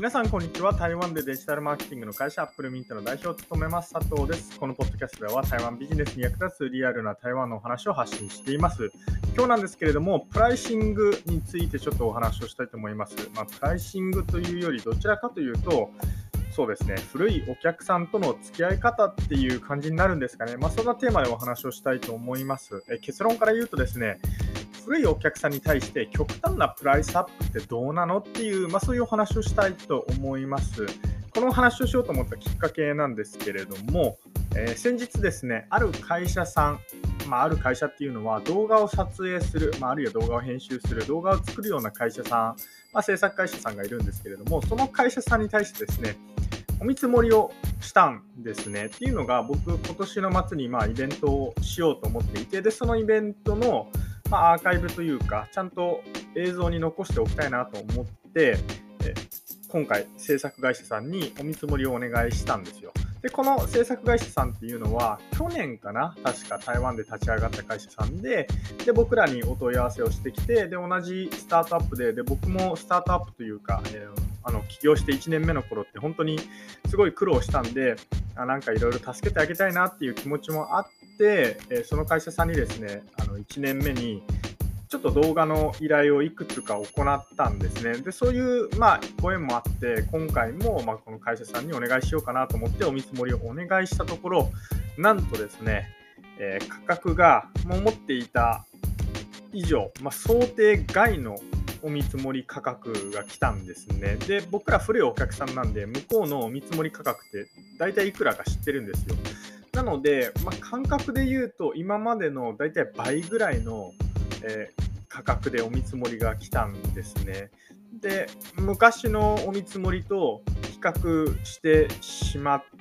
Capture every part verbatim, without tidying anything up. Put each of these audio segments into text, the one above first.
皆さんこんにちは。台湾でデジタルマーケティングの会社アップルミントの代表を務めます佐藤です。このポッドキャストでは台湾ビジネスに役立つリアルな台湾のお話を発信しています。今日なんですけれども、プライシングについてちょっとお話をしたいと思います。まあ、プライシングというよりどちらかというと、そうですね、古いお客さんとの付き合い方っていう感じになるんですかね。まあ、そんなテーマでお話をしたいと思います。え結論から言うとですね、古いお客さんに対して極端なプライスアップってどうなのっていう、まあ、そういうお話をしたいと思います。このお話をしようと思ったきっかけなんですけれども、えー、先日ですね、ある会社さん、まあ、ある会社っていうのは動画を撮影する、まあ、あるいは動画を編集する、動画を作るような会社さん、まあ、制作会社さんがいるんですけれども、その会社さんに対してですね、お見積もりをしたんですね。っていうのが、僕、今年の末にまあイベントをしようと思っていて、で、そのイベントのまあアーカイブというか、ちゃんと映像に残しておきたいなと思って、え今回、制作会社さんにお見積もりをお願いしたんですよ。で、この制作会社さんっていうのは、去年かな、確か台湾で立ち上がった会社さんで、で、僕らにお問い合わせをしてきて、で、同じスタートアップで、で、僕もスタートアップというか、えーあの起業していちねんめの頃って本当にすごい苦労したんで、あなんかいろいろ助けてあげたいなっていう気持ちもあって、えーその会社さんにですね、あのいちねんめにちょっと動画の依頼をいくつか行ったんですね。で、そういう、まあ、ご縁もあって、今回も、まあ、この会社さんにお願いしようかなと思ってお見積もりをお願いしたところ、なんとですね、えー価格がもう思っていた以上、まあ、想定外のお見積もり価格が来たんですね。で、僕ら古いお客さんなんで、向こうのお見積もり価格って大体いくらか知ってるんですよ。なので、まあ、感覚で言うと、今までの大体倍ぐらいの、えー価格でお見積もりが来たんですね。で、昔のお見積もりと比較してしまって、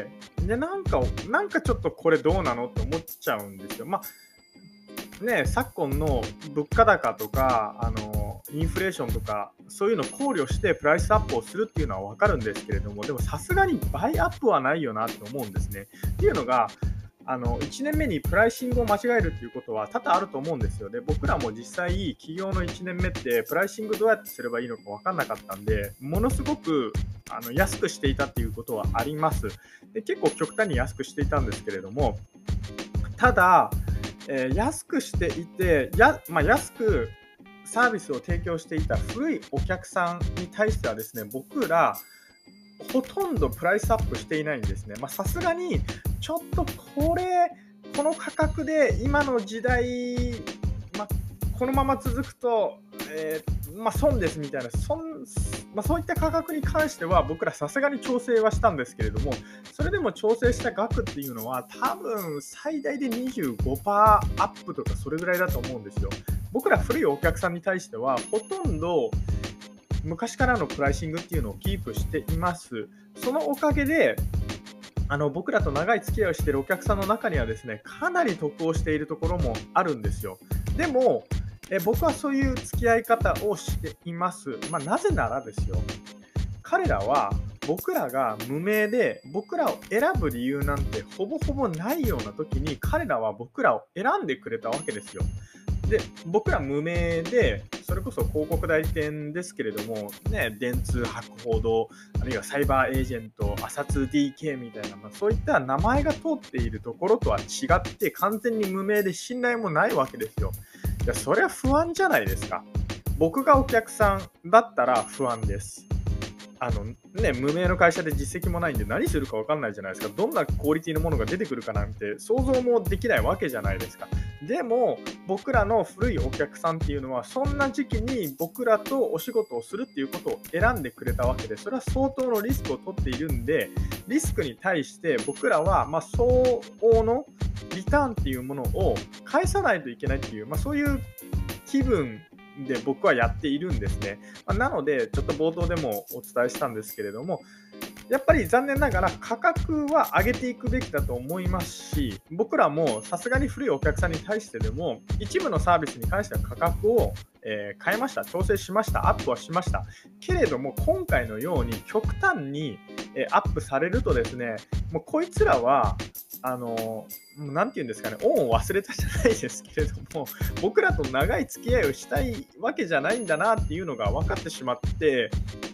で、なんか、なんかちょっとこれどうなのって思っちゃうんですよ。まあね、昨今の物価高とか、あのインフレーションとか、そういうのを考慮してプライスアップをするっていうのは分かるんですけれども、でもさすがに倍アップはないよなって思うんですね。っていうのが、あのいちねんめにプライシングを間違えるっていうことは多々あると思うんですよ。で、僕らも実際、起業のいちねんめってプライシングどうやってすればいいのか分かんなかったんで、ものすごくあの安くしていたっていうことはあります。で、結構極端に安くしていたんですけれども、ただ、えー安くしていて、やまあ、安くサービスを提供していた古いお客さんに対してはですね、僕ら、ほとんどプライスアップしていないんですね。まあ、さすがに、ちょっとこれ、この価格で今の時代、まあ、このまま続くと、えーまあ、損ですみたいな、そんまあ、そういった価格に関しては、僕らさすがに調整はしたんですけれども、それでも調整した額っていうのは、多分最大でにじゅうごパーセントアップとか、それぐらいだと思うんですよ。僕ら古いお客さんに対しては、ほとんど昔からのプライシングっていうのをキープしています。そのおかげで、あの僕らと長い付き合いをしているお客さんの中にはですね、かなり得をしているところもあるんですよ。でも、え僕はそういう付き合い方をしています。まあ、なぜならですよ、彼らは僕らが無名で、僕らを選ぶ理由なんてほぼほぼないような時に、彼らは僕らを選んでくれたわけですよ。で、僕ら無名で、それこそ広告代理店ですけれども、ね、電通、博報堂、あるいはサイバーエージェント、アサツー ディーケー みたいな、まあ、そういった名前が通っているところとは違って、完全に無名で信頼もないわけですよ。いや、それは不安じゃないですか。僕がお客さんだったら不安です。あのね、無名の会社で実績もないんで何するか分かんないじゃないですか。どんなクオリティのものが出てくるかなんて想像もできないわけじゃないですか。でも僕らの古いお客さんっていうのは、そんな時期に僕らとお仕事をするっていうことを選んでくれたわけで、それは相当のリスクを取っているんで、リスクに対して僕らはまあ相応のリターンっていうものを返さないといけないっていう、まあ、そういう気分で僕はやっているんですね。まあなので、ちょっと冒頭でもお伝えしたんですけれども、やっぱり残念ながら価格は上げていくべきだと思いますし、僕らもさすがに古いお客さんに対してでも、一部のサービスに関しては価格を、えー変えました、調整しました、アップはしました。けれども、今回のように極端に、えーアップされるとですね、もうこいつらは、あのー、なんていうんですかね、恩を忘れたじゃないですけれども、僕らと長い付き合いをしたいわけじゃないんだなっていうのが分かってしまって、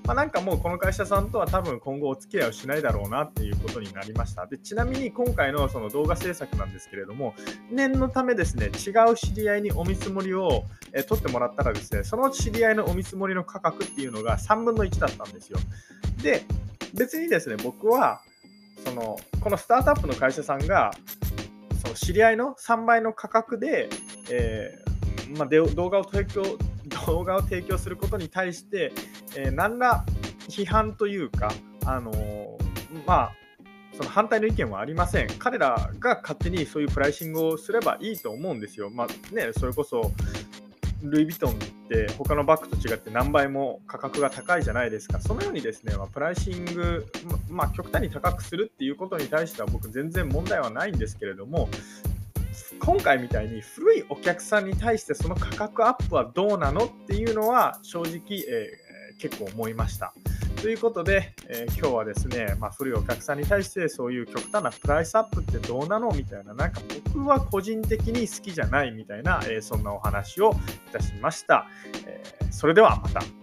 まあ、なんかもうこの会社さんとは多分今後お付き合いをしないだろうなっていうことになりました。で、ちなみに今回のその動画制作なんですけれども、念のためですね、違う知り合いにお見積もりを、えー取ってもらったらですね、その知り合いのお見積もりの価格っていうのがさんぶんのいちだったんですよ。で、別にですね、僕はそのこのスタートアップの会社さんがその知り合いのさんばいの価格で、えーまあ、で動画を提供動画を提供することに対して、えー何ら批判というか、あのーまあその反対の意見はありません。彼らが勝手にそういうプライシングをすればいいと思うんですよ。まあね、それこそルイ・ヴィトンって他のバッグと違って何倍も価格が高いじゃないですか。そのようにですね、まあ、プライシング、ままあ、極端に高くするっていうことに対しては僕全然問題はないんですけれども、今回みたいに古いお客さんに対してその価格アップはどうなのっていうのは正直、えー結構思いました。ということで、えー今日はですね、まあ、古いお客さんに対してそういう極端なプライスアップってどうなのみたいな、なんか僕は個人的に好きじゃないみたいな、えーそんなお話をいたしました。えーそれではまた。